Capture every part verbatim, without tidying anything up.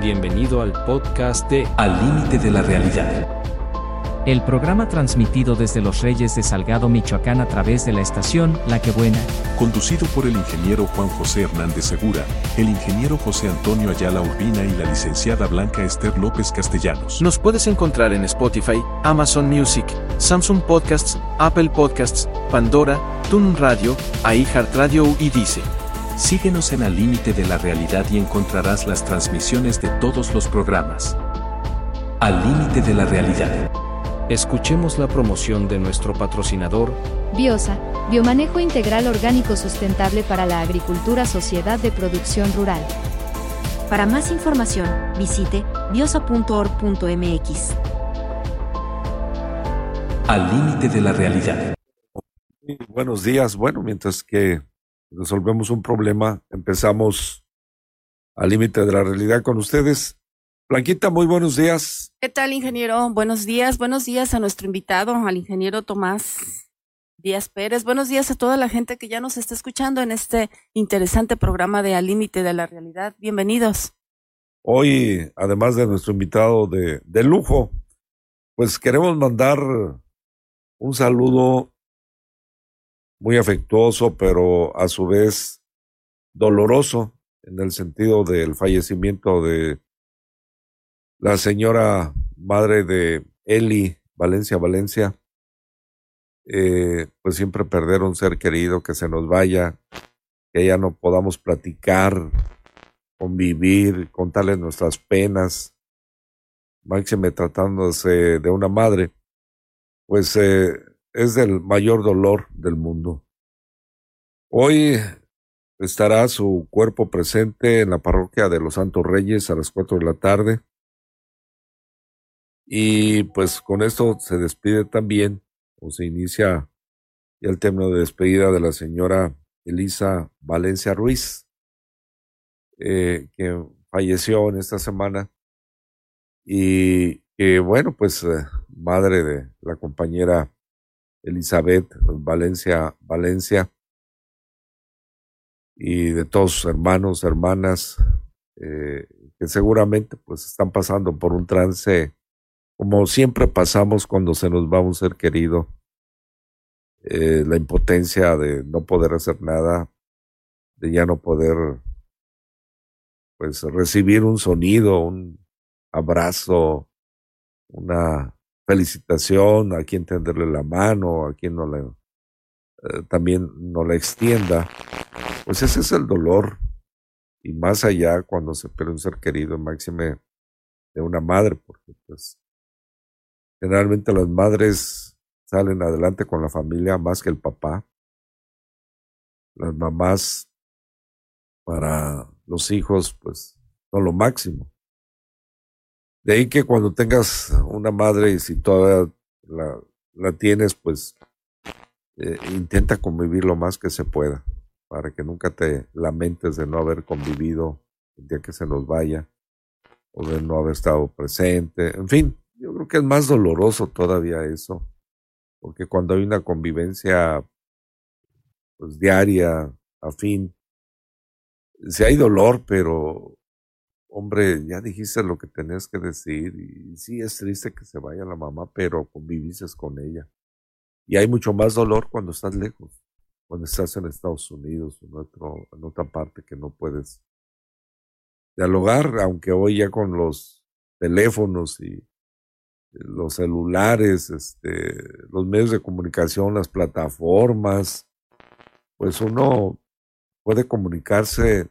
Bienvenido al podcast de Al límite de la realidad. El programa transmitido desde Los Reyes de Salgado, Michoacán a través de la estación La Que Buena. Conducido por el ingeniero Juan José Hernández Segura, el ingeniero José Antonio Ayala Urbina y la licenciada Blanca Esther López Castellanos. Nos puedes encontrar en Spotify, Amazon Music, Samsung Podcasts, Apple Podcasts, Pandora, TuneIn Radio, iHeartRadio y Deezer. Síguenos en Al límite de la realidad y encontrarás las transmisiones de todos los programas. Al límite de la realidad. Escuchemos la promoción de nuestro patrocinador, Biosa, Biomanejo Integral Orgánico Sustentable para la Agricultura Sociedad de Producción Rural. Para más información, visite biosa punto org punto m x. Al límite de la realidad. Buenos días. Bueno, mientras que resolvemos un problema, empezamos Al límite de la realidad con ustedes. Blanquita, muy buenos días. ¿Qué tal, ingeniero? Buenos días, buenos días a nuestro invitado, al ingeniero Tomás Díaz Pérez. Buenos días a toda la gente que ya nos está escuchando en este interesante programa de Al límite de la realidad. Bienvenidos. Hoy, además de nuestro invitado de, de lujo, pues queremos mandar un saludo muy afectuoso, pero a su vez doloroso, en el sentido del fallecimiento de la señora madre de Eli Valencia Valencia. Eh, pues siempre perder un ser querido, que se nos vaya, que ya no podamos platicar, convivir, contarle nuestras penas, máxime tratándose de una madre, pues eh, es del mayor dolor del mundo. Hoy estará su cuerpo presente en la parroquia de los Santos Reyes a las cuatro de la tarde. Y pues con esto se despide también, o se inicia ya el término de despedida de la señora Elisa Valencia Ruiz, eh, que falleció en esta semana, y que bueno, pues eh, madre de la compañera Elizabeth Valencia Valencia y de todos sus hermanos, hermanas, eh, que seguramente pues están pasando por un trance como siempre pasamos cuando se nos va un ser querido, eh, la impotencia de no poder hacer nada, de ya no poder pues recibir un sonido, un abrazo, una felicitación, a quien tenderle la mano, a quien no le, eh, también no la extienda. Pues ese es el dolor, y más allá cuando se pierde un ser querido, máxime de una madre, porque pues generalmente las madres salen adelante con la familia más que el papá. Las mamás para los hijos pues son lo máximo. De ahí que cuando tengas una madre, y si todavía la, la tienes, pues eh, intenta convivir lo más que se pueda, para que nunca te lamentes de no haber convivido el día que se nos vaya, o de no haber estado presente, en fin. Yo creo que es más doloroso todavía eso, porque cuando hay una convivencia pues diaria, afín, sí hay dolor, pero hombre, ya dijiste lo que tenías que decir, y sí es triste que se vaya la mamá, pero conviviste con ella. Y hay mucho más dolor cuando estás lejos, cuando estás en Estados Unidos o en, otro, en otra parte que no puedes dialogar, aunque hoy ya con los teléfonos y los celulares, este, los medios de comunicación, las plataformas, pues uno puede comunicarse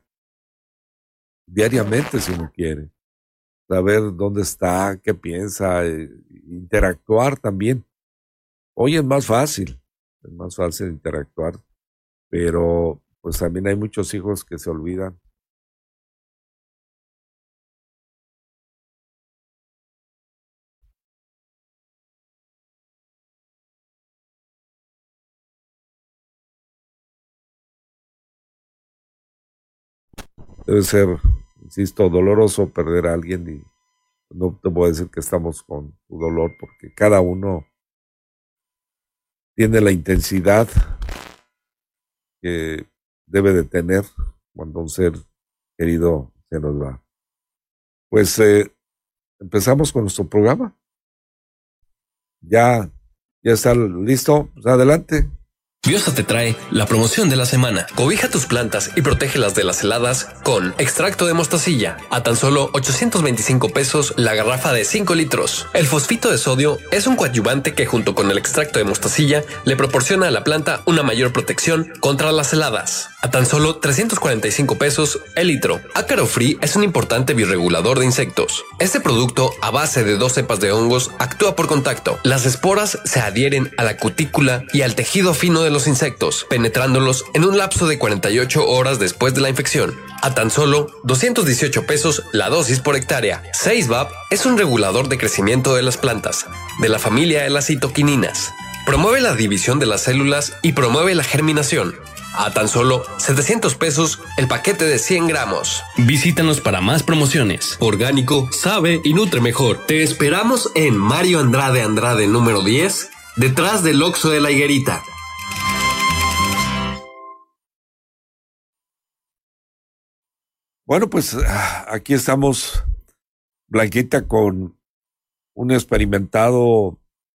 diariamente si uno quiere, saber dónde está, qué piensa, eh, interactuar también. Hoy es más fácil, es más fácil interactuar, pero pues también hay muchos hijos que se olvidan. Debe ser, insisto, doloroso perder a alguien, y no te voy a decir que estamos con tu dolor, porque cada uno tiene la intensidad que debe de tener cuando un ser querido se nos va. pues eh, empezamos con nuestro programa. Ya, ya está listo, pues adelante. Biosa te trae la promoción de la semana. Cobija tus plantas y protégelas de las heladas con extracto de mostacilla. A tan solo ochocientos veinticinco pesos la garrafa de cinco litros. El fosfito de sodio es un coadyuvante que junto con el extracto de mostacilla le proporciona a la planta una mayor protección contra las heladas. A tan solo trescientos cuarenta y cinco pesos el litro. Ácaro Free es un importante bioregulador de insectos. Este producto, a base de dos cepas de hongos, actúa por contacto. Las esporas se adhieren a la cutícula y al tejido fino de los insectos, penetrándolos en un lapso de cuarenta y ocho horas después de la infección. A tan solo doscientos dieciocho pesos la dosis por hectárea. seis B A P es un regulador de crecimiento de las plantas, de la familia de las citoquininas. Promueve la división de las células y promueve la germinación. A tan solo setecientos pesos el paquete de cien gramos. Visítanos para más promociones. Orgánico, sabe y nutre mejor. Te esperamos en Mario Andrade Andrade número diez, detrás del Oxxo de la Higuerita. Bueno, pues aquí estamos, Blanquita, con un experimentado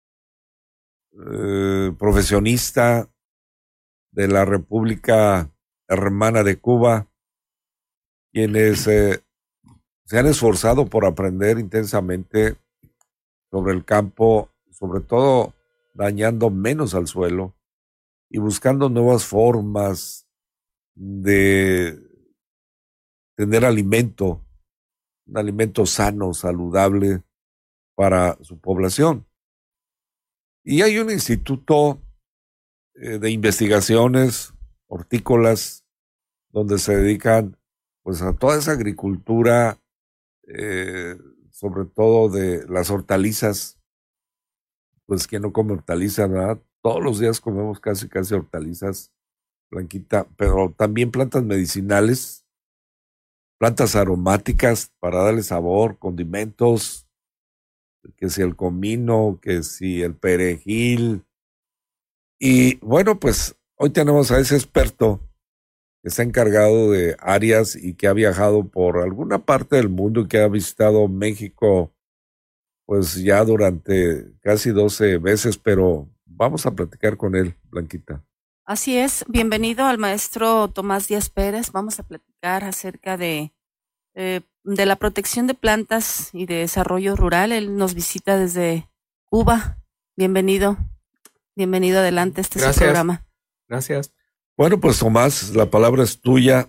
eh, profesionista de la República Hermana de Cuba, quienes eh, se han esforzado por aprender intensamente sobre el campo, sobre todo dañando menos al suelo y buscando nuevas formas de tener alimento, un alimento sano, saludable para su población. Y hay un instituto eh, de investigaciones hortícolas donde se dedican pues a toda esa agricultura, eh, sobre todo de las hortalizas. Pues quien no come hortalizas, ¿verdad? Todos los días comemos casi casi hortalizas, Blanquita, pero también plantas medicinales, plantas aromáticas para darle sabor, condimentos, que si el comino, que si el perejil. Y bueno, pues hoy tenemos a ese experto que está encargado de áreas y que ha viajado por alguna parte del mundo y que ha visitado México pues ya durante casi doce veces, pero vamos a platicar con él, Blanquita. Así es, bienvenido al maestro Tomás Díaz Pérez. Vamos a platicar acerca de, eh, de la protección de plantas y de desarrollo rural. Él nos visita desde Cuba. Bienvenido, bienvenido adelante, este Gracias. es su programa. Gracias. Bueno, pues Tomás, la palabra es tuya.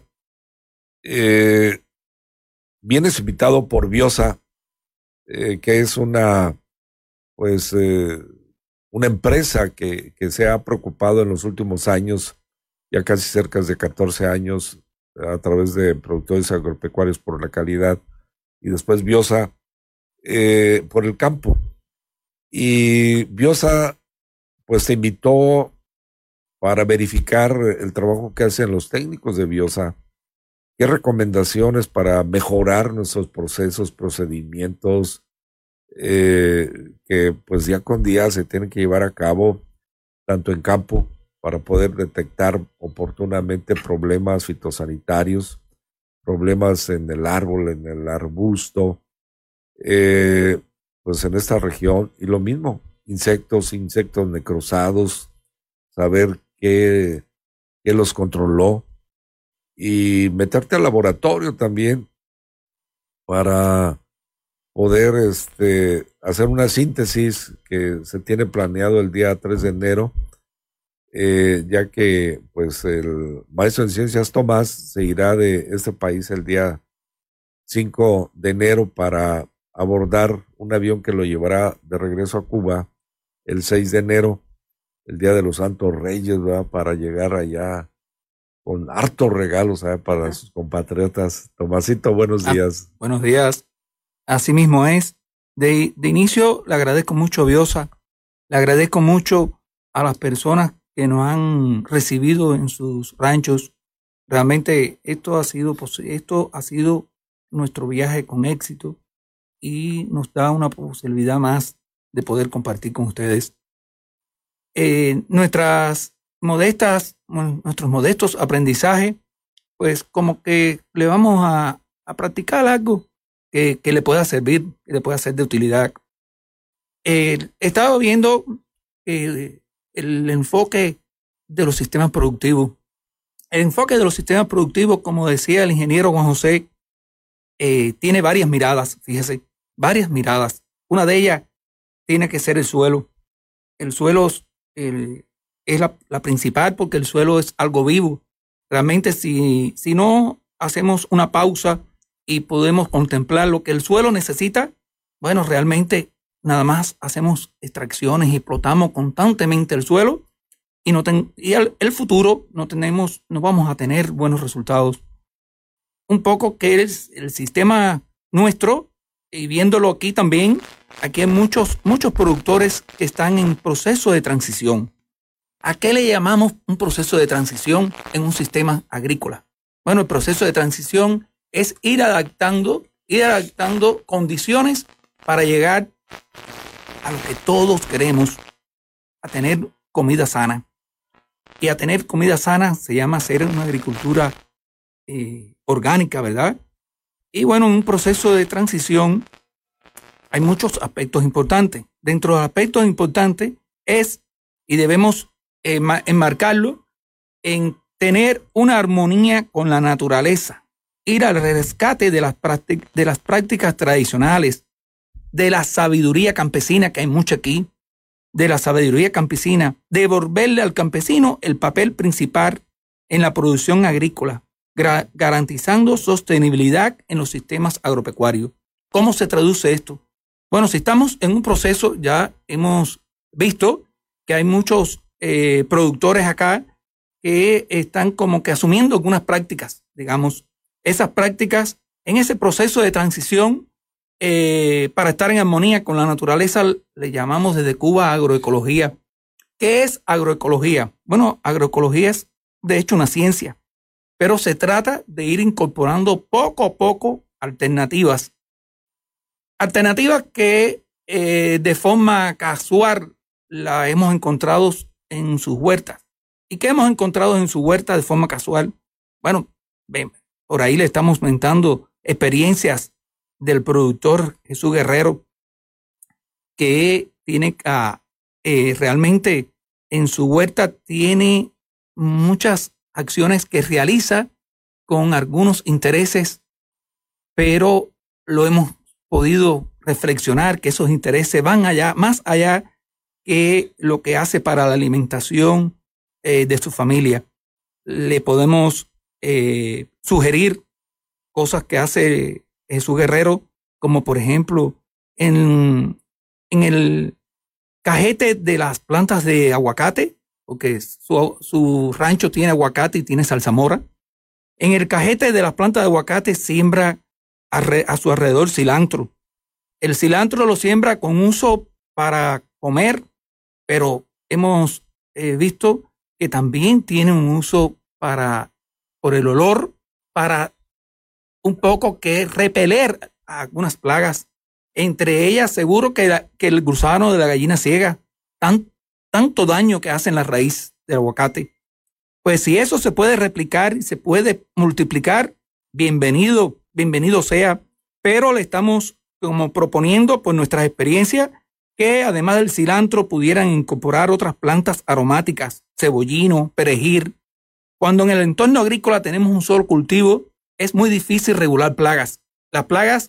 Eh, vienes invitado por Biosa, eh, que es una, pues, eh, una empresa que, que se ha preocupado en los últimos años, ya casi cerca de catorce años, a través de productores agropecuarios por la calidad, y después Biosa eh, por el campo. Y Biosa, pues, te invitó para verificar el trabajo que hacen los técnicos de Biosa, qué recomendaciones para mejorar nuestros procesos, procedimientos, eh, que pues día con día se tienen que llevar a cabo, tanto en campo, para poder detectar oportunamente problemas fitosanitarios, problemas en el árbol, en el arbusto, eh, pues en esta región, y lo mismo, insectos, insectos necrosados, saber qué, qué los controló, y meterte al laboratorio también para poder este, hacer una síntesis que se tiene planeado el día tres de enero, eh, ya que pues el maestro en ciencias Tomás se irá de este país el día cinco de enero para abordar un avión que lo llevará de regreso a Cuba el seis de enero, el día de los Santos Reyes, ¿verdad? Para llegar allá con hartos regalos, ¿sabes? Para sus compatriotas. Tomasito, buenos días. Ah, buenos días. Así mismo es. De, de inicio, le agradezco mucho a Biosa, le agradezco mucho a las personas que nos han recibido en sus ranchos. Realmente esto ha sido, esto ha sido nuestro viaje con éxito y nos da una posibilidad más de poder compartir con ustedes eh, nuestras modestas, nuestros modestos aprendizajes, pues como que le vamos a, a practicar algo que, que le pueda servir, que le pueda ser de utilidad. Eh, he estado viendo eh, el enfoque de los sistemas productivos. El enfoque de los sistemas productivos, como decía el ingeniero Juan José, eh, tiene varias miradas, fíjese, varias miradas. Una de ellas tiene que ser el suelo. El suelo el, es la, la principal porque el suelo es algo vivo. Realmente si, si no hacemos una pausa y podemos contemplar lo que el suelo necesita, bueno, realmente nada más hacemos extracciones y explotamos constantemente el suelo y, no ten, y el, el futuro no, tenemos, no vamos a tener buenos resultados. Un poco que es el sistema nuestro, y viéndolo aquí también, aquí hay muchos, muchos productores que están en proceso de transición. ¿A qué le llamamos un proceso de transición en un sistema agrícola? Bueno, el proceso de transición es ir adaptando, ir adaptando condiciones para llegar a lo que todos queremos, a tener comida sana. Y a tener comida sana se llama hacer una agricultura eh, orgánica, ¿verdad? Y bueno, en un proceso de transición hay muchos aspectos importantes. Dentro de los aspectos importantes es, y debemos eh, enmarcarlo, en tener una armonía con la naturaleza, ir al rescate de las, práctic- de las prácticas tradicionales, de la sabiduría campesina, que hay mucha aquí, de la sabiduría campesina, devolverle al campesino el papel principal en la producción agrícola, gra- garantizando sostenibilidad en los sistemas agropecuarios. ¿Cómo se traduce esto? Bueno, si estamos en un proceso, ya hemos visto que hay muchos eh, productores acá que están como que asumiendo algunas prácticas, digamos, esas prácticas en ese proceso de transición eh, para estar en armonía con la naturaleza, le llamamos desde Cuba agroecología. ¿Qué es agroecología? Bueno, agroecología es de hecho una ciencia, pero se trata de ir incorporando poco a poco alternativas. Alternativas que eh, de forma casual la hemos encontrado en sus huertas. ¿Y qué hemos encontrado en su huerta de forma casual? Bueno, ven, por ahí le estamos comentando experiencias del productor Jesús Guerrero, que tiene uh, eh, realmente en su huerta tiene muchas acciones que realiza con algunos intereses, pero lo hemos podido reflexionar que esos intereses van allá, más allá que lo que hace para la alimentación eh, de su familia. Le podemos eh, sugerir cosas que hace Jesús Guerrero, como por ejemplo en, en el cajete de las plantas de aguacate, porque su, su rancho tiene aguacate y tiene zarzamora. En el cajete de las plantas de aguacate siembra a, re, a su alrededor cilantro. El cilantro lo siembra con uso para comer, pero hemos eh, visto que también tiene un uso para, por el olor, para un poco que repeler algunas plagas. Entre ellas, seguro que, la, que el gusano de la gallina ciega, tan, tanto daño que hace en la raíz del aguacate. Pues si eso se puede replicar y se puede multiplicar, bienvenido, bienvenido sea. Pero le estamos como proponiendo por nuestras experiencias que además del cilantro pudieran incorporar otras plantas aromáticas, cebollino, perejil. Cuando en el entorno agrícola tenemos un solo cultivo, es muy difícil regular plagas. Las plagas,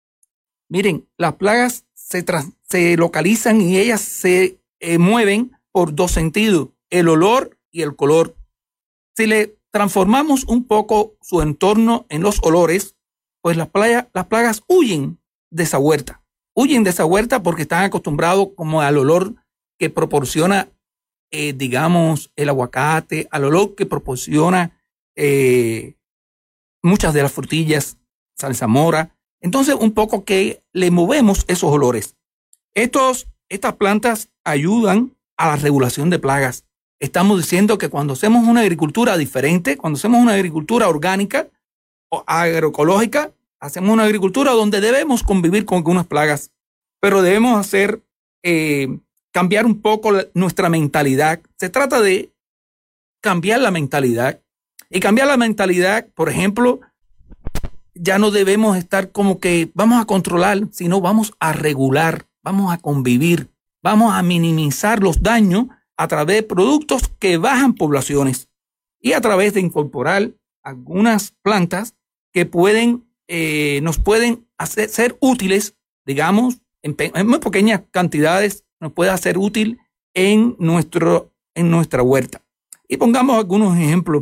miren, las plagas se, tras, se localizan y ellas se eh, mueven por dos sentidos, el olor y el color. Si le transformamos un poco su entorno en los olores, pues las, playa, las plagas huyen de esa huerta. Huyen de esa huerta porque están acostumbrados como al olor que proporciona, eh, digamos, el aguacate, al olor que proporciona eh, muchas de las frutillas, zarzamora. Entonces, un poco que le movemos esos olores. Estos, estas plantas ayudan a la regulación de plagas. Estamos diciendo que cuando hacemos una agricultura diferente, cuando hacemos una agricultura orgánica o agroecológica, hacemos una agricultura donde debemos convivir con algunas plagas, pero debemos hacer, eh, cambiar un poco la, nuestra mentalidad. Se trata de cambiar la mentalidad. Y cambiar la mentalidad, por ejemplo, ya no debemos estar como que vamos a controlar, sino vamos a regular, vamos a convivir, vamos a minimizar los daños a través de productos que bajan poblaciones y a través de incorporar algunas plantas que pueden, eh, nos pueden hacer, ser útiles, digamos, en, en muy pequeñas cantidades, nos puede hacer útil en, nuestro, en nuestra huerta. Y pongamos algunos ejemplos,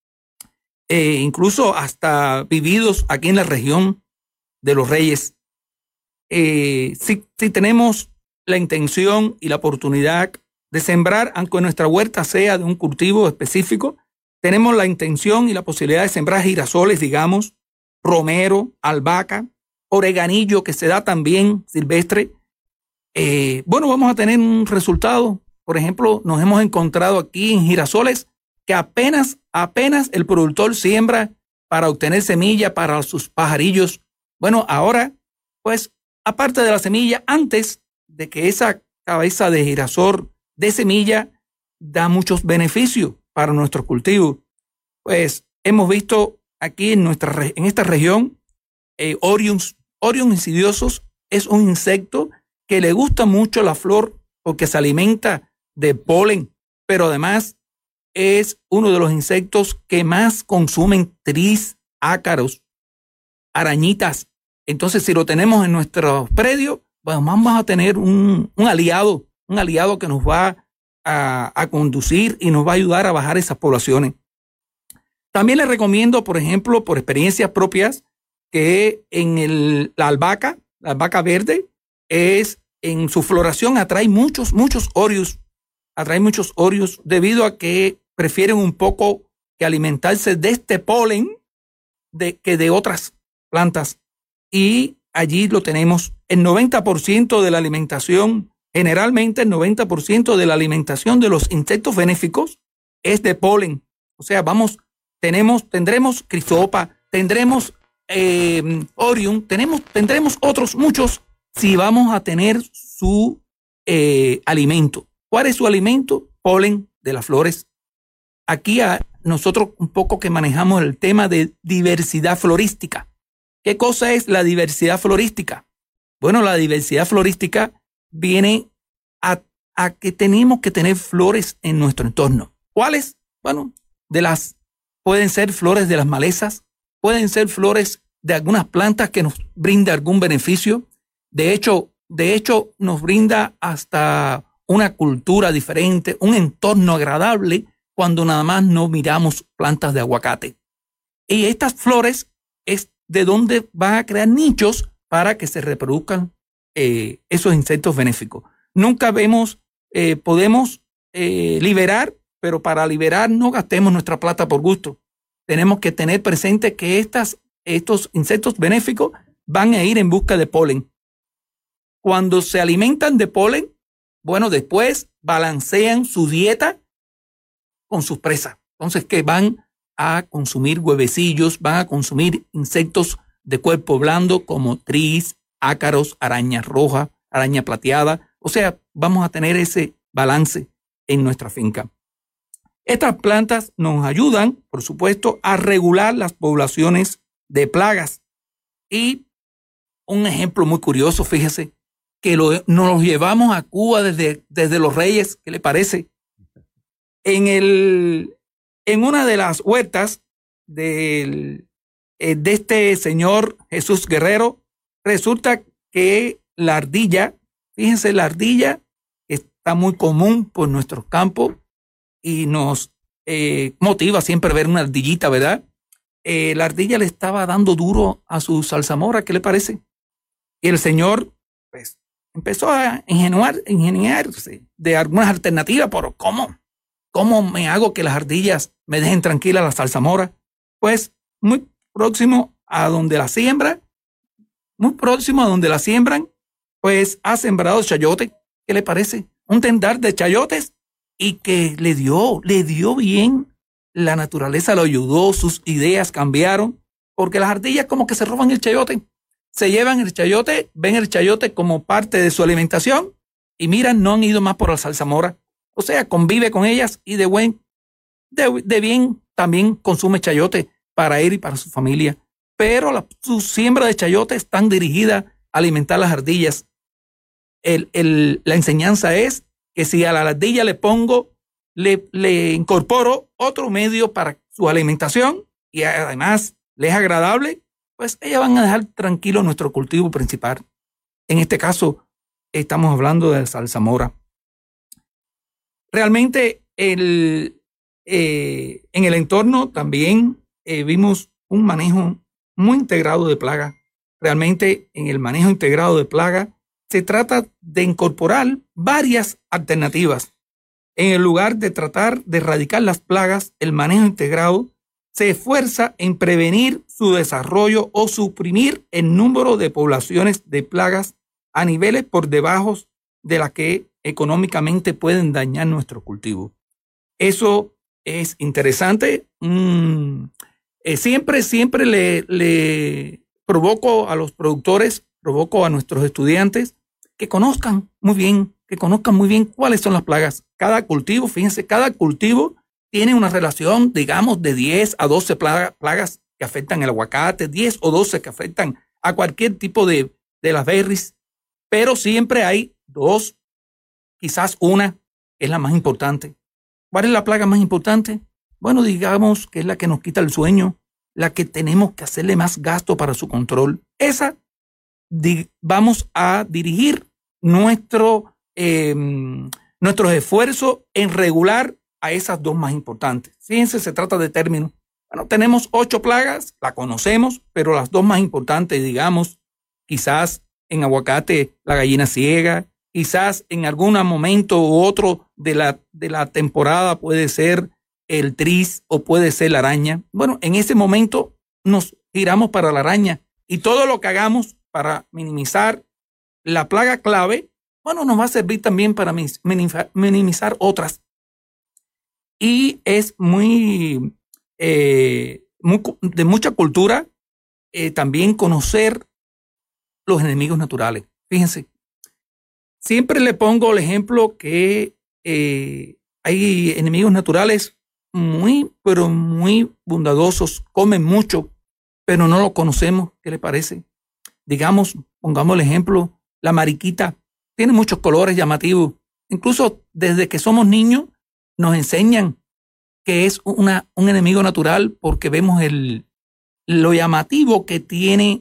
eh, incluso hasta vividos aquí en la región de Los Reyes. Eh, si, si tenemos la intención y la oportunidad de sembrar, aunque nuestra huerta sea de un cultivo específico, tenemos la intención y la posibilidad de sembrar girasoles, digamos, romero, albahaca, oreganillo que se da también silvestre. Eh, bueno, vamos a tener un resultado. Por ejemplo, nos hemos encontrado aquí en girasoles que apenas, apenas el productor siembra para obtener semilla para sus pajarillos. Bueno, ahora, pues, aparte de la semilla, antes de que esa cabeza de girasol de semilla da muchos beneficios para nuestro cultivo. Pues hemos visto aquí en, nuestra, en esta región eh, Orions, Orion insidiosos es un insecto que le gusta mucho la flor porque se alimenta de polen, pero además es uno de los insectos que más consumen tris, ácaros, arañitas. Entonces, si lo tenemos en nuestro predio, pues vamos a tener un, un aliado, un aliado que nos va a, a conducir y nos va a ayudar a bajar esas poblaciones. También les recomiendo, por ejemplo, por experiencias propias, que en el, la albahaca, la albahaca verde, es en su floración atrae muchos, muchos orios, atrae muchos orios debido a que prefieren un poco que alimentarse de este polen de, que de otras plantas. Y allí lo tenemos. El noventa por ciento de la alimentación, generalmente el noventa por ciento de la alimentación de los insectos benéficos es de polen. O sea, vamos, tenemos, tendremos crisopa, tendremos eh, orium, tenemos, tendremos otros muchos si vamos a tener su eh, alimento. ¿Cuál es su alimento? Polen de las flores. Aquí a nosotros un poco que manejamos el tema de diversidad florística. ¿Qué cosa es la diversidad florística? Bueno, la diversidad florística viene a, a que tenemos que tener flores en nuestro entorno. ¿Cuáles? Bueno, de las, pueden ser flores de las malezas, pueden ser flores de algunas plantas que nos brinda algún beneficio. De hecho, de hecho, nos brinda hasta una cultura diferente, un entorno agradable cuando nada más no miramos plantas de aguacate. Y estas flores es de donde van a crear nichos para que se reproduzcan eh, esos insectos benéficos. Nunca vemos, eh, podemos eh, liberar, pero para liberar no gastemos nuestra plata por gusto. Tenemos que tener presente que estas, estos insectos benéficos van a ir en busca de polen. Cuando se alimentan de polen, bueno, después balancean su dieta con sus presas. Entonces, que van a consumir huevecillos, van a consumir insectos de cuerpo blando como tris, ácaros, araña roja, araña plateada. O sea, vamos a tener ese balance en nuestra finca. Estas plantas nos ayudan, por supuesto, a regular las poblaciones de plagas. Y un ejemplo muy curioso, fíjese, que lo, nos los llevamos a Cuba desde, desde Los Reyes. ¿Qué le parece? En, el, en una de las huertas del, de este señor Jesús Guerrero, resulta que la ardilla, fíjense, la ardilla está muy común por nuestros campos y nos eh, motiva siempre ver una ardillita, ¿verdad? Eh, la ardilla le estaba dando duro a su zarzamora, ¿qué le parece? Y el señor, pues, empezó a ingeniar, ingeniarse de algunas alternativas, pero ¿cómo? ¿Cómo me hago que las ardillas me dejen tranquila la zarzamora? Pues muy próximo a donde la siembra, muy próximo a donde la siembran, pues ha sembrado chayote. ¿Qué le parece? Un tendal de chayotes y que le dio, le dio bien. La naturaleza lo ayudó, sus ideas cambiaron, porque las ardillas como que se roban el chayote. Se llevan el chayote, ven el chayote como parte de su alimentación y miran, no han ido más por la zarzamora. O sea, convive con ellas y de buen, de, de bien también consume chayote para él y para su familia. pero la, su siembra de chayote están dirigidas a alimentar las ardillas. El, el, la enseñanza es que si a la ardilla le pongo, le, le incorporo otro medio para su alimentación y además le es agradable, pues ellas van a dejar tranquilo nuestro cultivo principal. En este caso, estamos hablando de zarzamora. Realmente, el, eh, en el entorno también eh, vimos un manejo muy integrado de plagas. Realmente, en el manejo integrado de plagas, se trata de incorporar varias alternativas. En el lugar de tratar de erradicar las plagas, el manejo integrado se esfuerza en prevenir su desarrollo o suprimir el número de poblaciones de plagas a niveles por debajo de las que económicamente pueden dañar nuestro cultivo. Eso es interesante. Mm, eh, siempre, siempre le, le provoco a los productores, provoco a nuestros estudiantes que conozcan muy bien, que conozcan muy bien cuáles son las plagas. Cada cultivo, fíjense, cada cultivo tiene una relación, digamos, de diez a doce plaga, plagas que afectan el aguacate, diez o doce que afectan a cualquier tipo de, de las berries, pero siempre hay dos, quizás una, que es la más importante. ¿Cuál es la plaga más importante? Bueno, digamos que es la que nos quita el sueño, la que tenemos que hacerle más gasto para su control. Esa di, vamos a dirigir nuestro, eh, nuestros esfuerzos en regular a esas dos más importantes. Fíjense, se trata de términos. Bueno, tenemos ocho plagas, la conocemos, pero las dos más importantes, digamos, quizás en aguacate la gallina ciega, quizás en algún momento u otro de la, de la temporada puede ser el tris o puede ser la araña. Bueno, en ese momento nos giramos para la araña y todo lo que hagamos para minimizar la plaga clave, bueno, nos va a servir también para minimizar otras. Y es muy, eh, muy de mucha cultura eh, también conocer los enemigos naturales. Fíjense, siempre le pongo el ejemplo que eh, hay enemigos naturales muy, pero muy bondadosos, comen mucho, pero no lo conocemos. ¿Qué le parece? Digamos, pongamos el ejemplo, la mariquita tiene muchos colores llamativos. Incluso desde que somos niños nos enseñan que es una, un enemigo natural porque vemos el, lo llamativo que tiene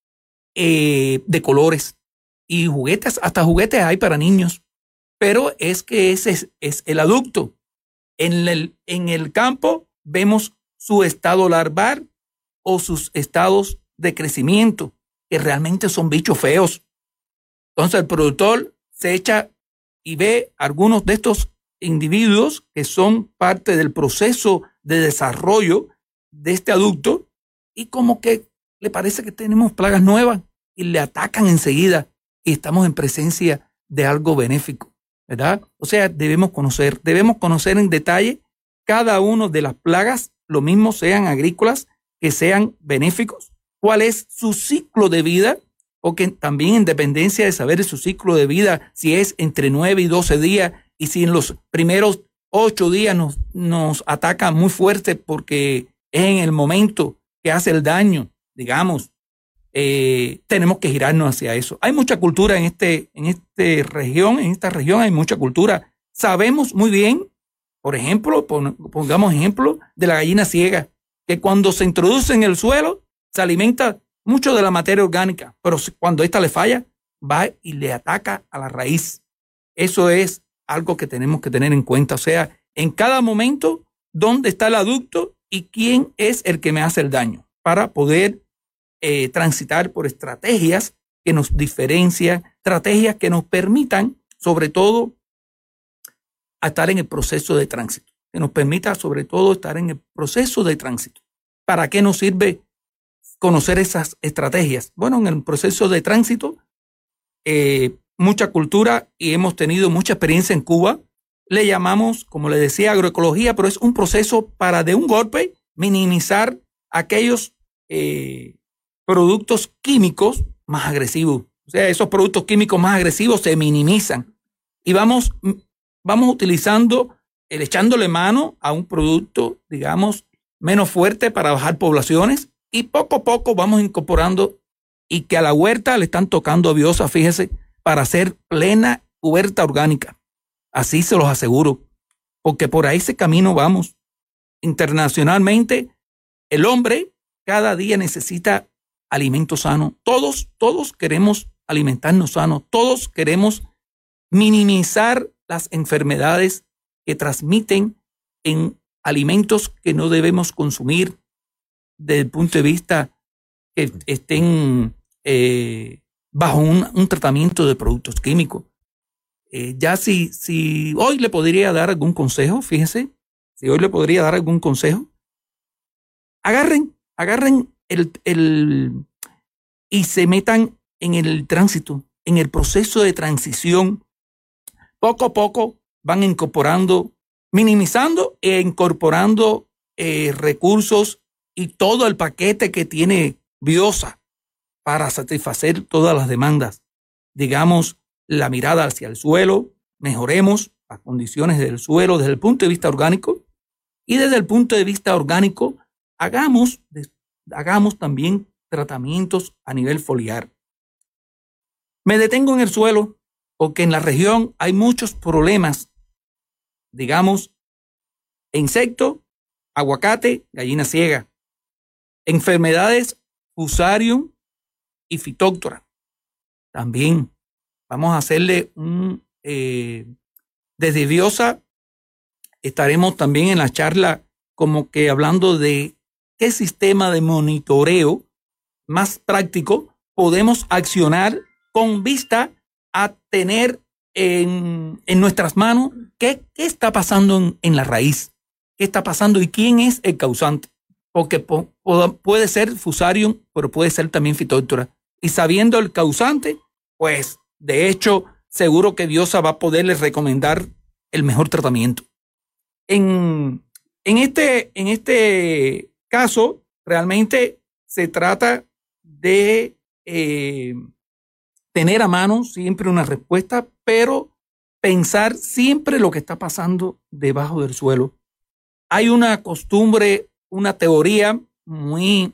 eh, de colores. Y juguetes, hasta juguetes hay para niños. Pero es que ese es, es el adulto. En el, en el campo vemos su estado larval o sus estados de crecimiento, que realmente son bichos feos. Entonces el productor se echa y ve algunos de estos individuos que son parte del proceso de desarrollo de este adulto y como que le parece que tenemos plagas nuevas y le atacan enseguida y estamos en presencia de algo benéfico, ¿verdad? O sea, debemos conocer, debemos conocer en detalle cada una de las plagas, lo mismo sean agrícolas que sean benéficos, cuál es su ciclo de vida, o que también en dependencia de saber su ciclo de vida, si es entre nueve y doce días, y si en los primeros ocho días nos, nos ataca muy fuerte porque es en el momento que hace el daño, digamos, eh, tenemos que girarnos hacia eso. Hay mucha cultura en este, en este región, en esta región hay mucha cultura. Sabemos muy bien, por ejemplo, pongamos ejemplo de la gallina ciega, que cuando se introduce en el suelo se alimenta mucho de la materia orgánica, pero cuando esta le falla, va y le ataca a la raíz. Eso es algo que tenemos que tener en cuenta. O sea, en cada momento, dónde está el adulto y quién es el que me hace el daño, para poder eh, transitar por estrategias que nos diferencian, estrategias que nos permitan, sobre todo, estar en el proceso de tránsito, que nos permita, sobre todo, estar en el proceso de tránsito. ¿Para qué nos sirve conocer esas estrategias? Bueno, en el proceso de tránsito, eh, mucha cultura y hemos tenido mucha experiencia en Cuba. Le llamamos, como le decía, agroecología, pero es un proceso para de un golpe minimizar aquellos eh, productos químicos más agresivos. O sea, esos productos químicos más agresivos se minimizan y vamos, vamos utilizando, el echándole mano a un producto, digamos, menos fuerte para bajar poblaciones, y poco a poco vamos incorporando y que a la huerta le están tocando biosa, fíjese, para hacer plena huerta orgánica. Así se los aseguro, porque por ahí ese camino vamos. Internacionalmente, el hombre cada día necesita alimento sano. Todos, todos queremos alimentarnos sano. Todos queremos minimizar las enfermedades que transmiten en alimentos que no debemos consumir desde el punto de vista que estén eh, bajo un, un tratamiento de productos químicos. Eh, ya si, si hoy le podría dar algún consejo, fíjese, si hoy le podría dar algún consejo, agarren, agarren el, el y se metan en el tránsito, en el proceso de transición. Poco a poco van incorporando, minimizando e incorporando eh, recursos y todo el paquete que tiene Biosa para satisfacer todas las demandas. Digamos, la mirada hacia el suelo, mejoremos las condiciones del suelo desde el punto de vista orgánico y desde el punto de vista orgánico hagamos, hagamos también tratamientos a nivel foliar. Me detengo en el suelo porque en la región hay muchos problemas, digamos, insecto, aguacate, gallina ciega, enfermedades Fusarium y Phytophthora. También vamos a hacerle un, eh, desde Biosa estaremos también en la charla como que hablando de qué sistema de monitoreo más práctico podemos accionar con vista a tener en, en nuestras manos qué, qué está pasando en, en la raíz, qué está pasando y quién es el causante. Porque po, puede ser Fusarium, pero puede ser también Phytophthora. Y sabiendo el causante, pues de hecho seguro que Biosa va a poderles recomendar el mejor tratamiento. En, en, este, en este caso, realmente se trata de eh, tener a mano siempre una respuesta, pero pensar siempre lo que está pasando debajo del suelo. Hay una costumbre, una teoría muy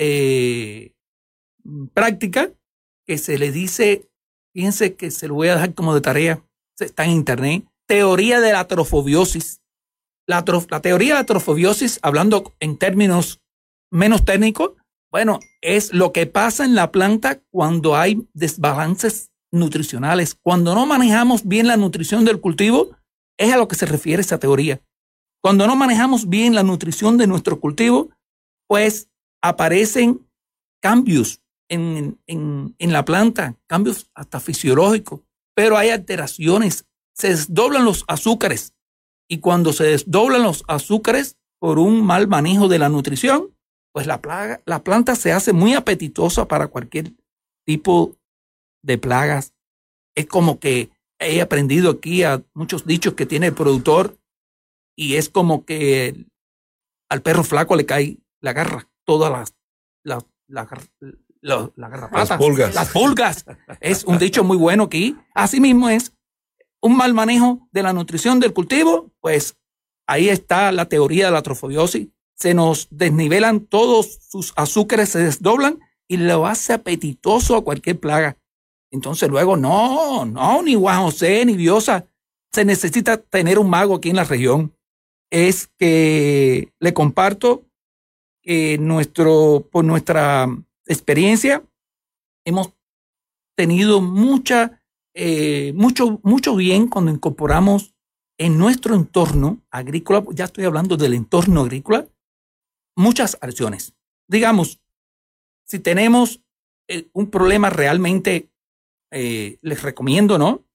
eh, práctica que se le dice, fíjense que se lo voy a dejar como de tarea, está en internet, teoría de la trofobiosis. La, trof, la teoría de la trofobiosis, hablando en términos menos técnicos, bueno, es lo que pasa en la planta cuando hay desbalances nutricionales. Cuando no manejamos bien la nutrición del cultivo, es a lo que se refiere esa teoría. Cuando no manejamos bien la nutrición de nuestro cultivo, pues aparecen cambios en, en, en la planta, cambios hasta fisiológicos, pero hay alteraciones, se desdoblan los azúcares. Y cuando se desdoblan los azúcares por un mal manejo de la nutrición, pues la, plaga, la planta se hace muy apetitosa para cualquier tipo de plagas. Es como que he aprendido aquí a muchos dichos que tiene el productor y es como que al perro flaco le cae la garra, todas las, las, las, las, las garrapatas. Las pulgas. Las pulgas. Es un dicho muy bueno aquí. Así mismo es. Un mal manejo de la nutrición del cultivo, pues ahí está la teoría de la trofobiosis. Se nos desnivelan todos sus azúcares, se desdoblan y lo hace apetitoso a cualquier plaga. Entonces luego, no, no, ni Juan José, ni Biosa. Se necesita tener un mago aquí en la región. Es que le comparto que nuestro, por nuestra experiencia hemos tenido mucha Eh, mucho, mucho bien cuando incorporamos en nuestro entorno agrícola, ya estoy hablando del entorno agrícola, muchas acciones. Digamos, si tenemos eh, un problema realmente, eh, les recomiendo, ¿no?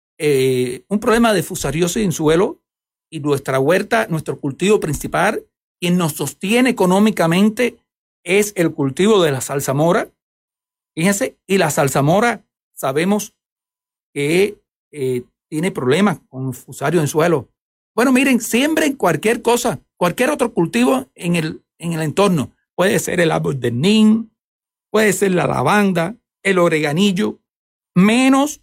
Eh, un problema de fusariosis en suelo y nuestra huerta, nuestro cultivo principal, quien nos sostiene económicamente es el cultivo de la zarzamora. Fíjense, y la zarzamora sabemos que eh, tiene problemas con fusario en suelo. Bueno, miren, siembren cualquier cosa, cualquier otro cultivo en el, en el entorno. Puede ser el árbol de nin, puede ser la lavanda, el oreganillo, menos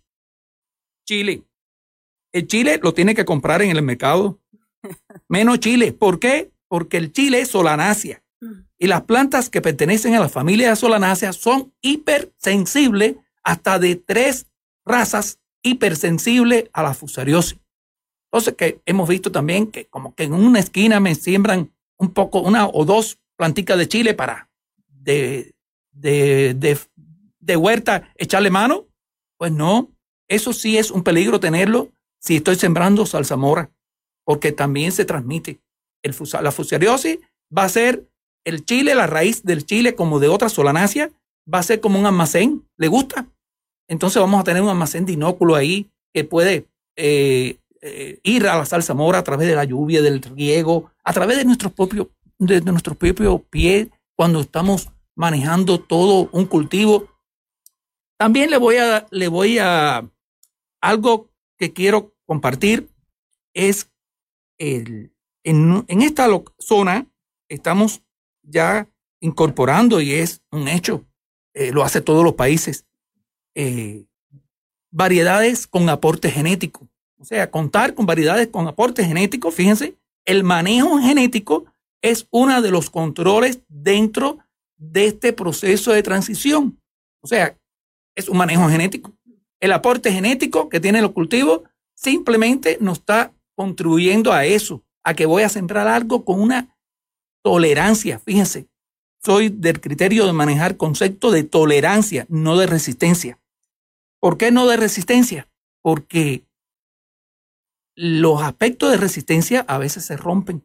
chile. El chile lo tiene que comprar en el mercado. Menos chile. ¿Por qué? Porque el chile es solanácea. Y las plantas que pertenecen a la familia de Solanaceae son hipersensibles, hasta de tres razas hipersensibles a la fusariosis. Entonces, que hemos visto también que como que en una esquina me siembran un poco, una o dos planticas de chile para de, de, de, de huerta echarle mano. Pues no, eso sí es un peligro tenerlo si estoy sembrando zarzamora, porque también se transmite. El fusa, la fusariosis va a ser el chile, la raíz del chile, como de otras solanáceas, va a ser como un almacén. ¿Le gusta? Entonces vamos a tener un almacén de inóculo ahí que puede eh, eh, ir a la zarzamora a través de la lluvia, del riego, a través de nuestros propios de, de nuestro propio pie cuando estamos manejando todo un cultivo. También le voy a, le voy a, algo que quiero compartir es el, en, en esta zona estamos ya incorporando, y es un hecho, eh, lo hace todos los países, eh, variedades con aporte genético. O sea, contar con variedades con aporte genético, fíjense, el manejo genético es uno de los controles dentro de este proceso de transición. O sea, es un manejo genético. El aporte genético que tienen los cultivos simplemente nos está contribuyendo a eso, a que voy a sembrar algo con una tolerancia. Fíjense, soy del criterio de manejar concepto de tolerancia, no de resistencia. ¿Por qué no de resistencia? Porque los aspectos de resistencia a veces se rompen.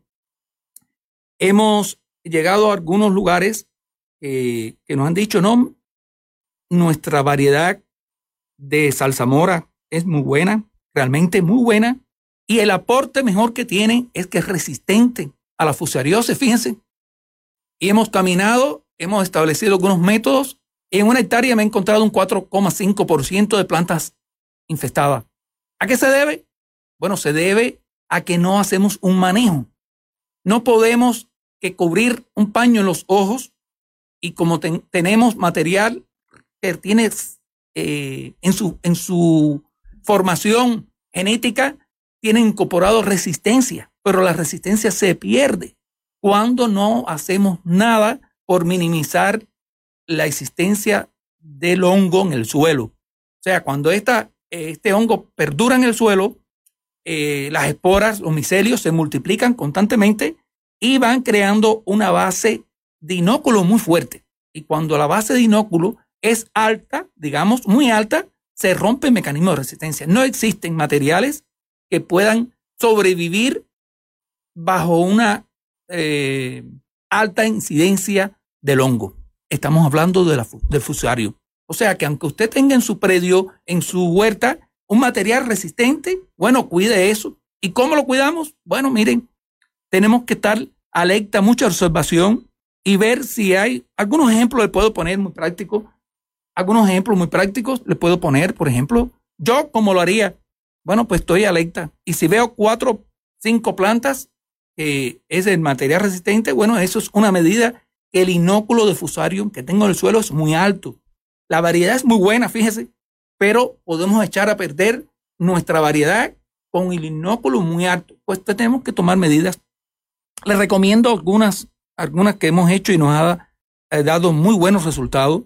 Hemos llegado a algunos lugares eh, que nos han dicho, no, nuestra variedad de zarzamora es muy buena, realmente muy buena, y el aporte mejor que tiene es que es resistente a la fusariosis, fíjense. Y hemos caminado, hemos establecido algunos métodos, y en una hectárea me he encontrado un cuatro coma cinco por ciento de plantas infestadas. ¿A qué se debe? Bueno, se debe a que no hacemos un manejo. No podemos que cubrir un paño en los ojos, y como ten, tenemos material que tiene eh, en, su, en su formación genética, tiene incorporado resistencia, pero la resistencia se pierde cuando no hacemos nada por minimizar la existencia del hongo en el suelo. O sea, cuando esta, este hongo perdura en el suelo, eh, las esporas, los micelios se multiplican constantemente y van creando una base de inóculo muy fuerte. Y cuando la base de inóculo es alta, digamos muy alta, se rompe el mecanismo de resistencia. No existen materiales que puedan sobrevivir bajo una eh, alta incidencia del hongo. Estamos hablando de la, del fusario. O sea que aunque usted tenga en su predio, en su huerta, un material resistente, bueno, cuide eso. ¿Y cómo lo cuidamos? Bueno, miren, tenemos que estar alerta, mucha observación y ver si hay algunos ejemplos, le puedo poner muy prácticos. Algunos ejemplos muy prácticos le puedo poner, por ejemplo, yo como lo haría. Bueno, pues estoy alerta. Y si veo cuatro, cinco plantas, que es el material resistente, bueno, eso es una medida que el inóculo de fusarium que tengo en el suelo es muy alto. La variedad es muy buena, fíjese, pero podemos echar a perder nuestra variedad con el inóculo muy alto. Pues tenemos que tomar medidas. Les recomiendo algunas, algunas que hemos hecho y nos ha eh, dado muy buenos resultados.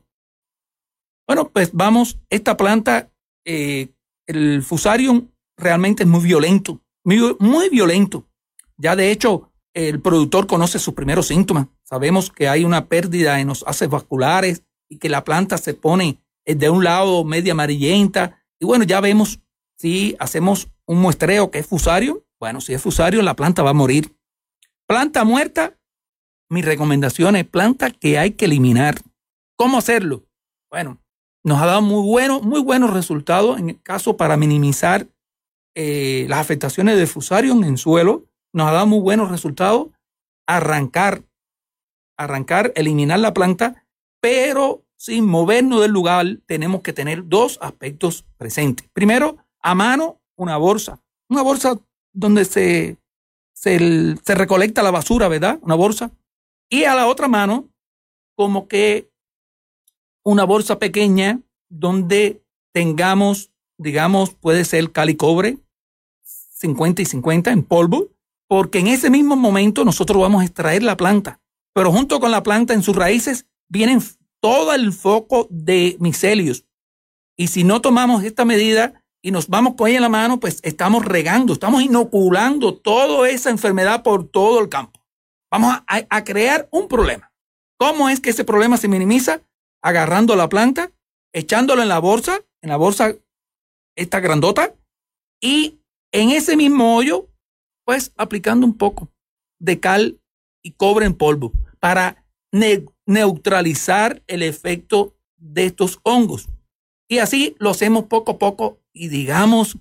Bueno, pues vamos, esta planta, eh, el fusarium realmente es muy violento, muy, muy violento. Ya de hecho, el productor conoce sus primeros síntomas. Sabemos que hay una pérdida en los haces vasculares y que la planta se pone de un lado media amarillenta. Y bueno, ya vemos si hacemos un muestreo que es fusarium. Bueno, si es fusarium, la planta va a morir. Planta muerta, mi recomendación es planta que hay que eliminar. ¿Cómo hacerlo? Bueno, nos ha dado muy, bueno, muy buenos resultados en el caso para minimizar eh, las afectaciones de fusarium en suelo. Nos ha dado muy buenos resultados arrancar, arrancar, eliminar la planta, pero sin movernos del lugar tenemos que tener dos aspectos presentes. Primero, a mano, una bolsa. Una bolsa donde se, se, se recolecta la basura, ¿verdad? Una bolsa. Y a la otra mano, como que una bolsa pequeña donde tengamos, digamos, puede ser cal y cobre, cincuenta y cincuenta en polvo, porque en ese mismo momento nosotros vamos a extraer la planta. pero junto con la planta en sus raíces vienen todo el foco de micelios. Y si no tomamos esta medida y nos vamos con ella en la mano, pues estamos regando, estamos inoculando toda esa enfermedad por todo el campo. Vamos a, a, a crear un problema. ¿Cómo es que ese problema se minimiza? Agarrando la planta, echándolo en la bolsa, en la bolsa esta grandota, y en ese mismo hoyo, pues aplicando un poco de cal y cobre en polvo para ne- neutralizar el efecto de estos hongos. Y así lo hacemos poco a poco y digamos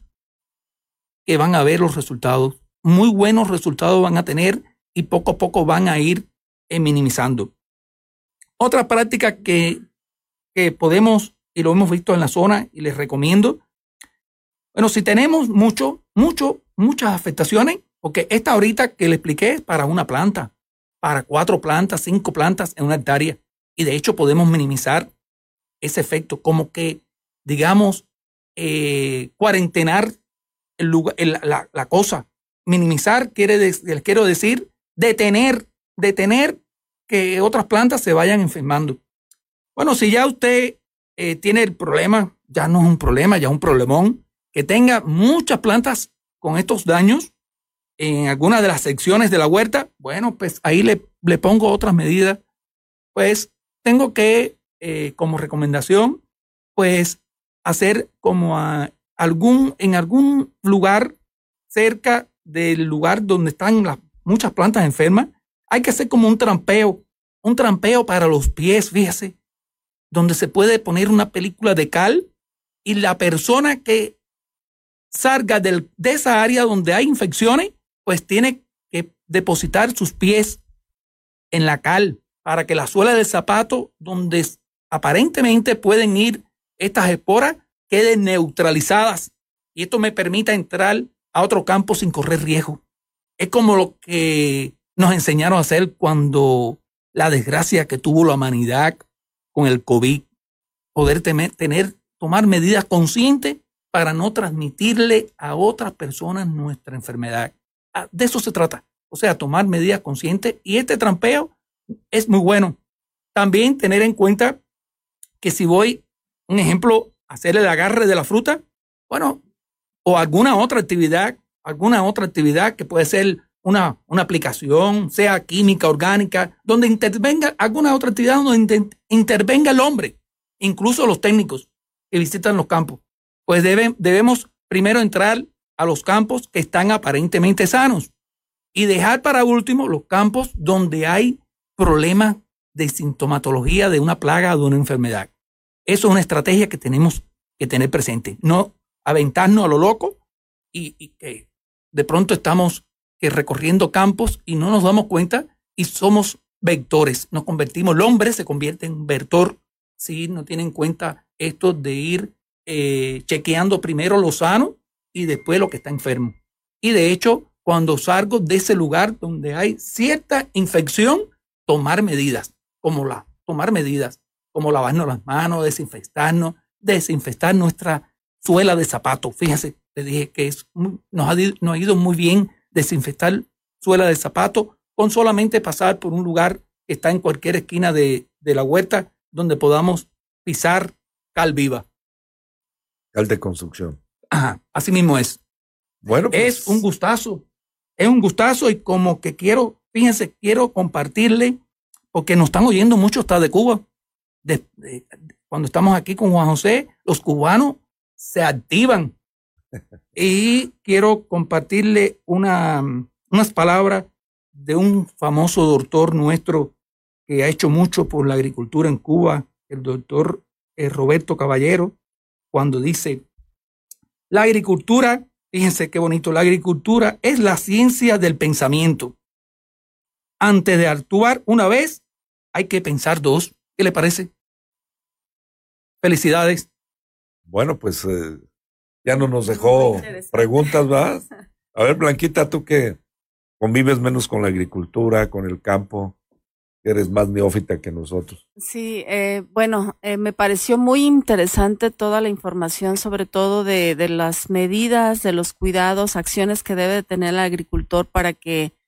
que van a ver los resultados. Muy buenos resultados van a tener y poco a poco van a ir eh, minimizando. Otra práctica que, que podemos, y lo hemos visto en la zona y les recomiendo, bueno, si tenemos mucho, mucho, muchas afectaciones, porque esta ahorita que le expliqué es para una planta, para cuatro plantas, cinco plantas en una hectárea, y de hecho podemos minimizar ese efecto, como que, digamos, eh, cuarentenar el lugar, el, la, la cosa. Minimizar quiere de, quiero decir detener, detener que otras plantas se vayan enfermando. Bueno, si ya usted eh, tiene el problema, ya no es un problema, ya es un problemón, que tenga muchas plantas con estos daños en alguna de las secciones de la huerta, bueno, pues ahí le, le pongo otras medidas. Pues tengo que, eh, como recomendación, pues hacer como a algún, en algún lugar cerca del lugar donde están las muchas plantas enfermas, hay que hacer como un trampeo, un trampeo para los pies, fíjese, donde se puede poner una película de cal y la persona que salga del, de esa área donde hay infecciones, pues tiene que depositar sus pies en la cal para que la suela del zapato, donde aparentemente pueden ir estas esporas, queden neutralizadas. Y esto me permita entrar a otro campo sin correr riesgo. Es como lo que nos enseñaron a hacer cuando la desgracia que tuvo la humanidad con el COVID. Poder temer, tener, tomar medidas conscientes para no transmitirle a otras personas nuestra enfermedad. De eso se trata. O sea, tomar medidas conscientes. Y este trampeo es muy bueno. También tener en cuenta que si voy, un ejemplo, a hacer el agarre de la fruta, bueno, o alguna otra actividad, alguna otra actividad que puede ser una, una aplicación, sea química, orgánica, donde intervenga alguna otra actividad donde inter, intervenga el hombre, incluso los técnicos que visitan los campos. Pues debe, debemos primero entrar a los campos que están aparentemente sanos y dejar para último los campos donde hay problemas de sintomatología de una plaga o de una enfermedad. Eso es una estrategia que tenemos que tener presente. No aventarnos a lo loco y, y que de pronto estamos que recorriendo campos y no nos damos cuenta y somos vectores. Nos convertimos, el hombre se convierte en vector si no tiene en cuenta esto de ir eh, chequeando primero lo sano y después lo que está enfermo. Y de hecho, cuando salgo de ese lugar donde hay cierta infección, tomar medidas, como la, tomar medidas, como lavarnos las manos, desinfectarnos, desinfectar nuestra suela de zapato. Fíjense, le dije que es, nos, ha, nos ha ido muy bien desinfectar suela de zapato con solamente pasar por un lugar que está en cualquier esquina de, de la huerta donde podamos pisar cal viva. Cal de construcción. Ajá, así mismo es. Bueno, pues, es un gustazo. Es un gustazo y como que quiero, fíjense, quiero compartirle, porque nos están oyendo mucho hasta de Cuba. De, de, cuando estamos aquí con Juan José, los cubanos se activan. Y quiero compartirle una, unas palabras de un famoso doctor nuestro que ha hecho mucho por la agricultura en Cuba, el doctor eh, Roberto Caballero, cuando dice: la agricultura, fíjense qué bonito, la agricultura es la ciencia del pensamiento. Antes de actuar una vez, hay que pensar dos. ¿Qué le parece? Felicidades. Bueno, pues eh, ya no nos dejó preguntas, ¿verdad? A ver, Blanquita, tú que convives menos con la agricultura, con el campo, eres más neófita que nosotros. Sí, eh, bueno, eh, me pareció muy interesante toda la información, sobre todo de, de las medidas, de los cuidados, acciones que debe tener el agricultor para que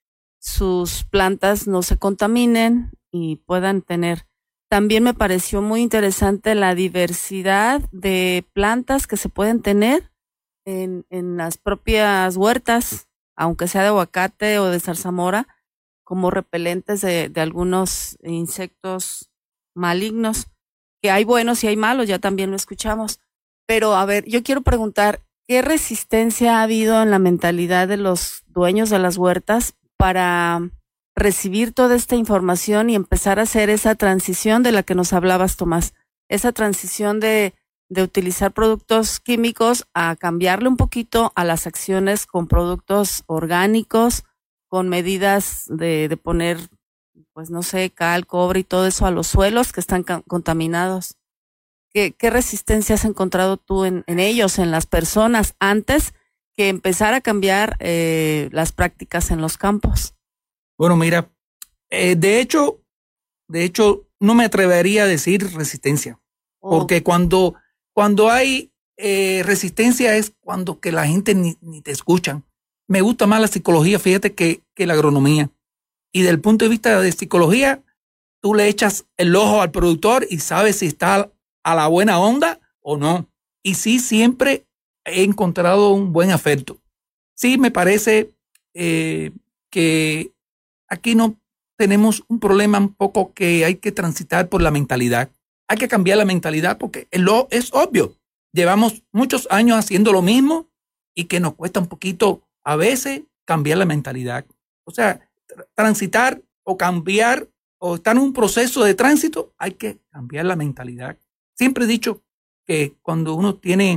sus plantas no se contaminen y puedan tener. También me pareció muy interesante la diversidad de plantas que se pueden tener en, en las propias huertas, aunque sea de aguacate o de zarzamora, como repelentes de, de algunos insectos malignos, que hay buenos y hay malos, ya también lo escuchamos. Pero a ver, yo quiero preguntar, ¿qué resistencia ha habido en la mentalidad de los dueños de las huertas para recibir toda esta información y empezar a hacer esa transición de la que nos hablabas, Tomás? Esa transición de, de utilizar productos químicos a cambiarle un poquito a las acciones con productos orgánicos, con medidas de, de poner, pues no sé, cal, cobre y todo eso a los suelos que están ca- contaminados. ¿Qué, ¿Qué resistencia has encontrado tú en, en ellos, en las personas, antes que empezar a cambiar eh, las prácticas en los campos? Bueno, mira, eh, de hecho, de hecho, no me atrevería a decir resistencia, oh. porque cuando, cuando hay eh, resistencia es cuando que la gente ni, ni te escuchan. Me gusta más la psicología, fíjate, que, que la agronomía. Y desde el punto de vista de psicología, tú le echas el ojo al productor y sabes si está a la buena onda o no. Y sí, siempre he encontrado un buen afecto. Sí, me parece eh, que aquí no tenemos un problema un poco que hay que transitar por la mentalidad. Hay que cambiar la mentalidad porque lo es obvio. Llevamos muchos años haciendo lo mismo y que nos cuesta un poquito a veces cambiar la mentalidad. O sea, tr- transitar o cambiar o estar en un proceso de tránsito, hay que cambiar la mentalidad. Siempre he dicho que cuando uno tiene,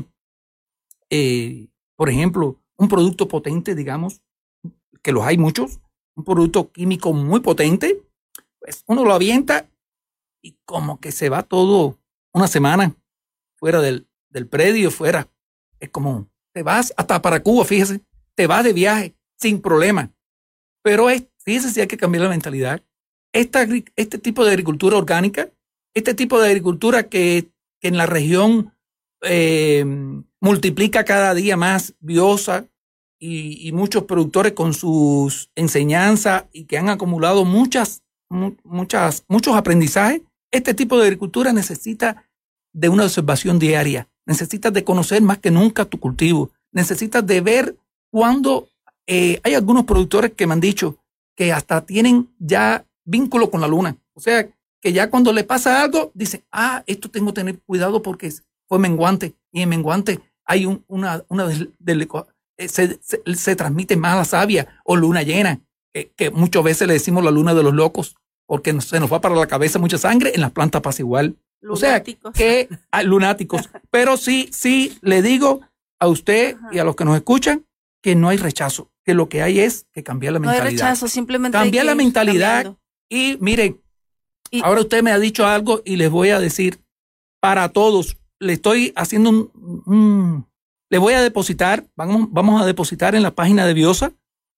eh, por ejemplo, un producto potente, digamos, que los hay muchos, un producto químico muy potente, pues uno lo avienta y como que se va todo una semana fuera del, del predio, fuera. Es como, te vas hasta para Cuba, fíjese, te vas de viaje sin problema. Pero es, fíjese si hay que cambiar la mentalidad. Esta, este tipo de agricultura orgánica, este tipo de agricultura que, que en la región eh, multiplica cada día más Biosa y, y muchos productores con sus enseñanzas y que han acumulado muchas, mu, muchas, muchos aprendizajes, este tipo de agricultura necesita de una observación diaria, necesitas de conocer más que nunca tu cultivo, necesitas de ver cuando eh, hay algunos productores que me han dicho que hasta tienen ya vínculo con la luna, o sea, que ya cuando le pasa algo, dicen, ah, esto tengo que tener cuidado porque fue menguante, y en menguante hay un, una, una de, de, se, se, se transmite más la savia o luna llena, que, que muchas veces le decimos la luna de los locos, porque nos, se nos va para la cabeza mucha sangre, en las plantas pasa igual. Lunáticos. O sea, que hay lunáticos. Pero sí, sí, le digo a usted Ajá. y a los que nos escuchan que no hay rechazo, que lo que hay es que cambiar la mentalidad. No hay rechazo, simplemente cambiar hay la que mentalidad. Cambiando. Y miren, y, ahora usted me ha dicho algo y les voy a decir para todos, le estoy haciendo un, un le voy a depositar, vamos, vamos a depositar en la página de Biosa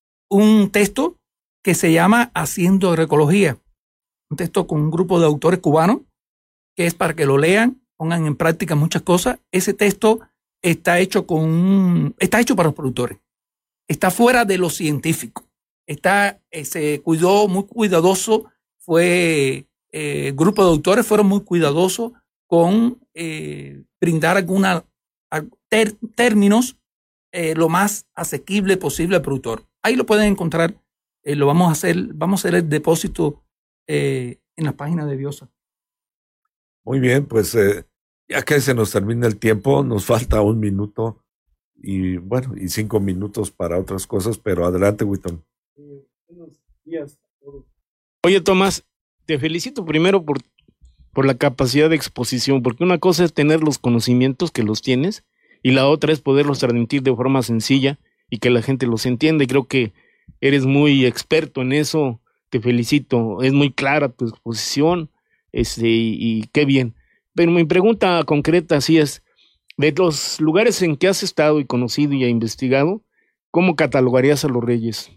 un texto que se llama Haciendo Agroecología, un texto con un grupo de autores cubanos, que es para que lo lean, pongan en práctica muchas cosas. Ese texto está hecho con un, está hecho para los productores, está fuera de lo científico, está, eh, se cuidó muy cuidadoso, fue eh, el grupo de autores fueron muy cuidadosos con eh, brindar algunos ter, términos eh, lo más asequible posible al productor. Ahí lo pueden encontrar, eh, lo vamos a hacer, vamos a hacer el depósito eh, en la página de Biosa. Muy bien, pues eh, ya que se nos termina el tiempo, nos falta un minuto y bueno, y cinco minutos para otras cosas, pero adelante, Witton. Eh, buenos días a todos. Oye, Tomás, te felicito primero por, por la capacidad de exposición, porque una cosa es tener los conocimientos que los tienes y la otra es poderlos transmitir de forma sencilla y que la gente los entienda, y creo que eres muy experto en eso, te felicito, es muy clara tu exposición. Este, y, y qué bien. Pero mi pregunta concreta sí es, de los lugares en que has estado y conocido y investigado, ¿cómo catalogarías a Los Reyes?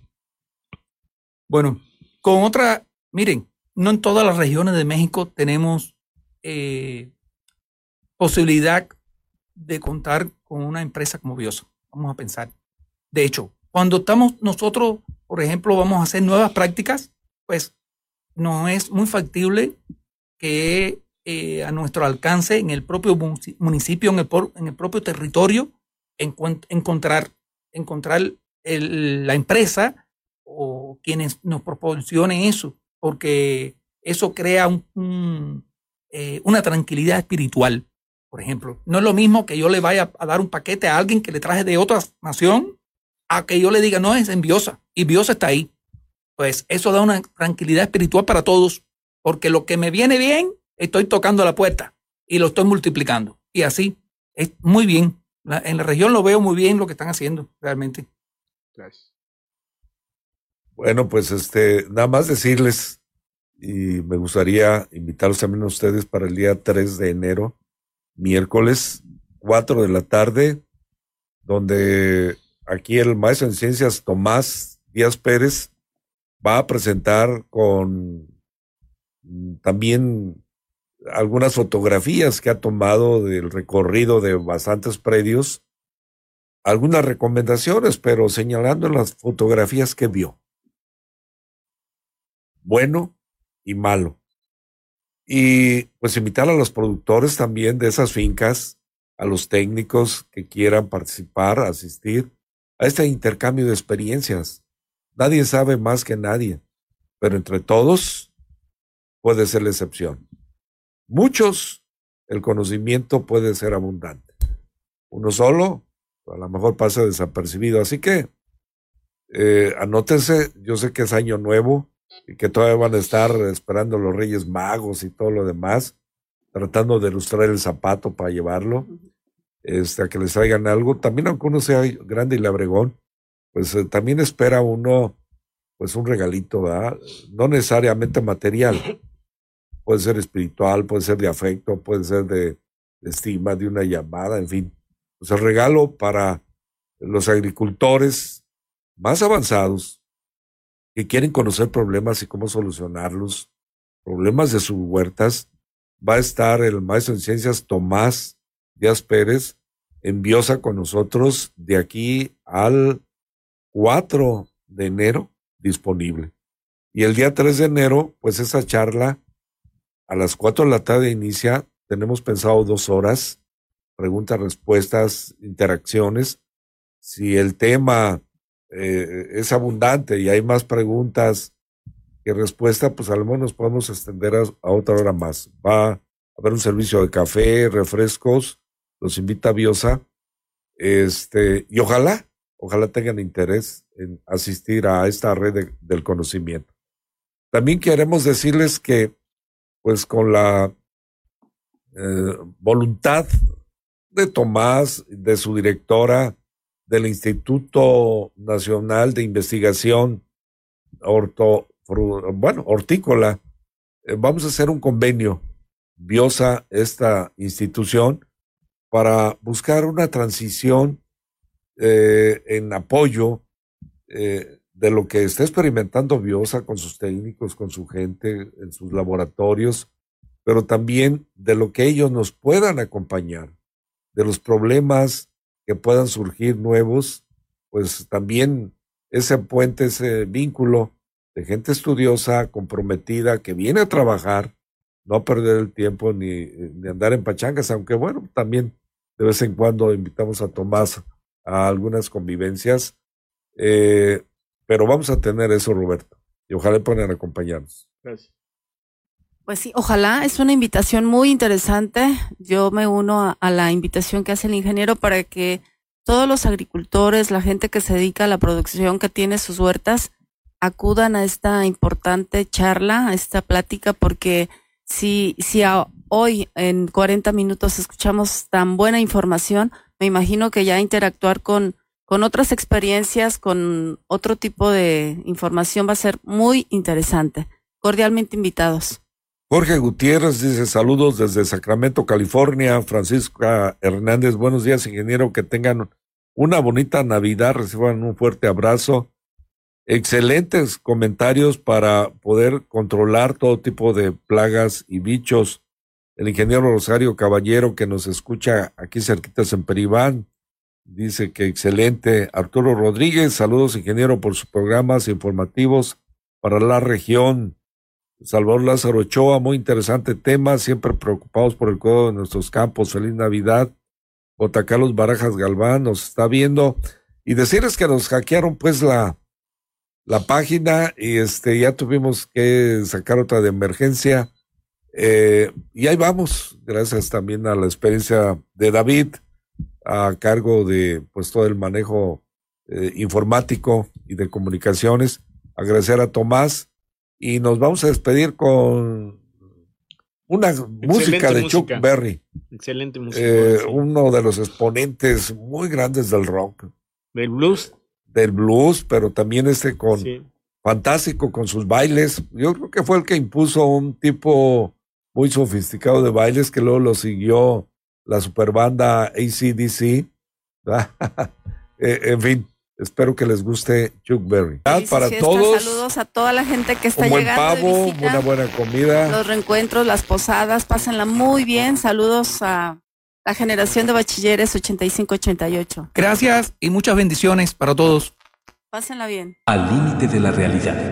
Bueno, con otra, miren, no en todas las regiones de México tenemos eh, posibilidad de contar con una empresa como Biosa. Vamos a pensar. De hecho, cuando estamos nosotros por ejemplo, vamos a hacer nuevas prácticas, pues no es muy factible que eh, a nuestro alcance en el propio municipio, en el, por, en el propio territorio, encuent- encontrar, encontrar el, la empresa o quienes nos proporcionen eso, porque eso crea un, un, eh, una tranquilidad espiritual. Por ejemplo, no es lo mismo que yo le vaya a dar un paquete a alguien que le traje de otra nación a que yo le diga, no, es en Biosa, y Biosa está ahí. Pues eso da una tranquilidad espiritual para todos, porque lo que me viene bien, estoy tocando la puerta y lo estoy multiplicando. Y así, es muy bien. La, en la región lo veo muy bien lo que están haciendo, realmente. Gracias. Bueno, pues este, nada más decirles, y me gustaría invitarlos también a ustedes para el día tres de enero, miércoles, cuatro de la tarde, donde aquí el maestro en ciencias Tomás Díaz Pérez va a presentar con también algunas fotografías que ha tomado del recorrido de bastantes predios, algunas recomendaciones, pero señalando las fotografías que vio. Bueno y malo. Y pues invitar a los productores también de esas fincas, a los técnicos que quieran participar, asistir a este intercambio de experiencias. Nadie sabe más que nadie, pero entre todos puede ser la excepción. Muchos, el conocimiento puede ser abundante. Uno solo, a lo mejor pasa desapercibido. Así que eh, anótense, yo sé que es año nuevo y que todavía van a estar esperando los Reyes Magos y todo lo demás, tratando de ilustrar el zapato para llevarlo, este, a que les traigan algo. También aunque uno sea grande y labregón, pues eh, también espera uno pues un regalito, ¿verdad? No necesariamente material, puede ser espiritual, puede ser de afecto, puede ser de, de estima, de una llamada, en fin. Pues el regalo para los agricultores más avanzados que quieren conocer problemas y cómo solucionarlos, problemas de sus huertas, va a estar el maestro en ciencias Tomás Díaz Pérez en Biosa con nosotros de aquí al cuatro de enero disponible. Y el día tres de enero, pues esa charla a las cuatro de la tarde inicia. Tenemos pensado dos horas, preguntas, respuestas, interacciones. Si el tema eh, es abundante y hay más preguntas que respuestas, pues a lo mejor nos podemos extender a, a otra hora más. Va a haber un servicio de café, refrescos, los invita a Biosa, este, y ojalá, ojalá tengan interés en asistir a esta red de, del conocimiento. También queremos decirles que, pues con la eh, voluntad de Tomás, de su directora, del Instituto Nacional de Investigación Horto, bueno, Hortícola, eh, vamos a hacer un convenio, Biosa, esta institución, para buscar una transición eh, en apoyo eh, de lo que está experimentando Biosa con sus técnicos, con su gente, en sus laboratorios, pero también de lo que ellos nos puedan acompañar, de los problemas que puedan surgir nuevos, pues también ese puente, ese vínculo de gente estudiosa, comprometida, que viene a trabajar, no a perder el tiempo ni, ni andar en pachangas, aunque bueno, también de vez en cuando invitamos a Tomás a algunas convivencias, eh, pero vamos a tener eso, Roberto, y ojalá puedan acompañarnos. Gracias. Pues sí, ojalá, es una invitación muy interesante. Yo me uno a, a la invitación que hace el ingeniero para que todos los agricultores, la gente que se dedica a la producción, que tiene sus huertas, acudan a esta importante charla, a esta plática, porque si, si a, hoy en cuarenta minutos escuchamos tan buena información, me imagino que ya interactuar con, con otras experiencias, con otro tipo de información va a ser muy interesante. Cordialmente invitados. Jorge Gutiérrez dice saludos desde Sacramento, California. Francisca Hernández, buenos días, ingeniero, que tengan una bonita Navidad, reciban un fuerte abrazo. Excelentes comentarios para poder controlar todo tipo de plagas y bichos. El ingeniero Rosario Caballero, que nos escucha aquí cerquitas en Peribán. dice que excelente. Arturo Rodríguez, saludos ingeniero por sus programas informativos para la región. Salvador Lázaro Ochoa, muy interesante tema, siempre preocupados por el cuidado de nuestros campos. Feliz Navidad. J. Carlos Barajas Galván nos está viendo. Y decirles que nos hackearon pues la, la página y este ya tuvimos que sacar otra de emergencia. Eh, y ahí vamos, gracias también a la experiencia de David, a cargo de pues todo el manejo eh, informático y de comunicaciones. Agradecer a Tomás y nos vamos a despedir con una Excelente música de música. Chuck Berry. Excelente música. Eh, sí. Uno de los exponentes muy grandes del rock. Del blues. Del blues, pero también este con sí. fantástico con sus bailes. Yo creo que fue el que impuso un tipo muy sofisticado de bailes que luego lo siguió la superbanda A C D C. eh, en fin, espero que les guste Chuck Berry. Sí, para sí, todos. Saludos a toda la gente que está un buen llegando. Pavo, de visita, una buena comida. Los reencuentros, las posadas, pásenla muy bien. Saludos a la generación de bachilleres ochenta y cinco ochenta y ocho. Gracias y muchas bendiciones para todos. Pásenla bien. Al límite de la realidad.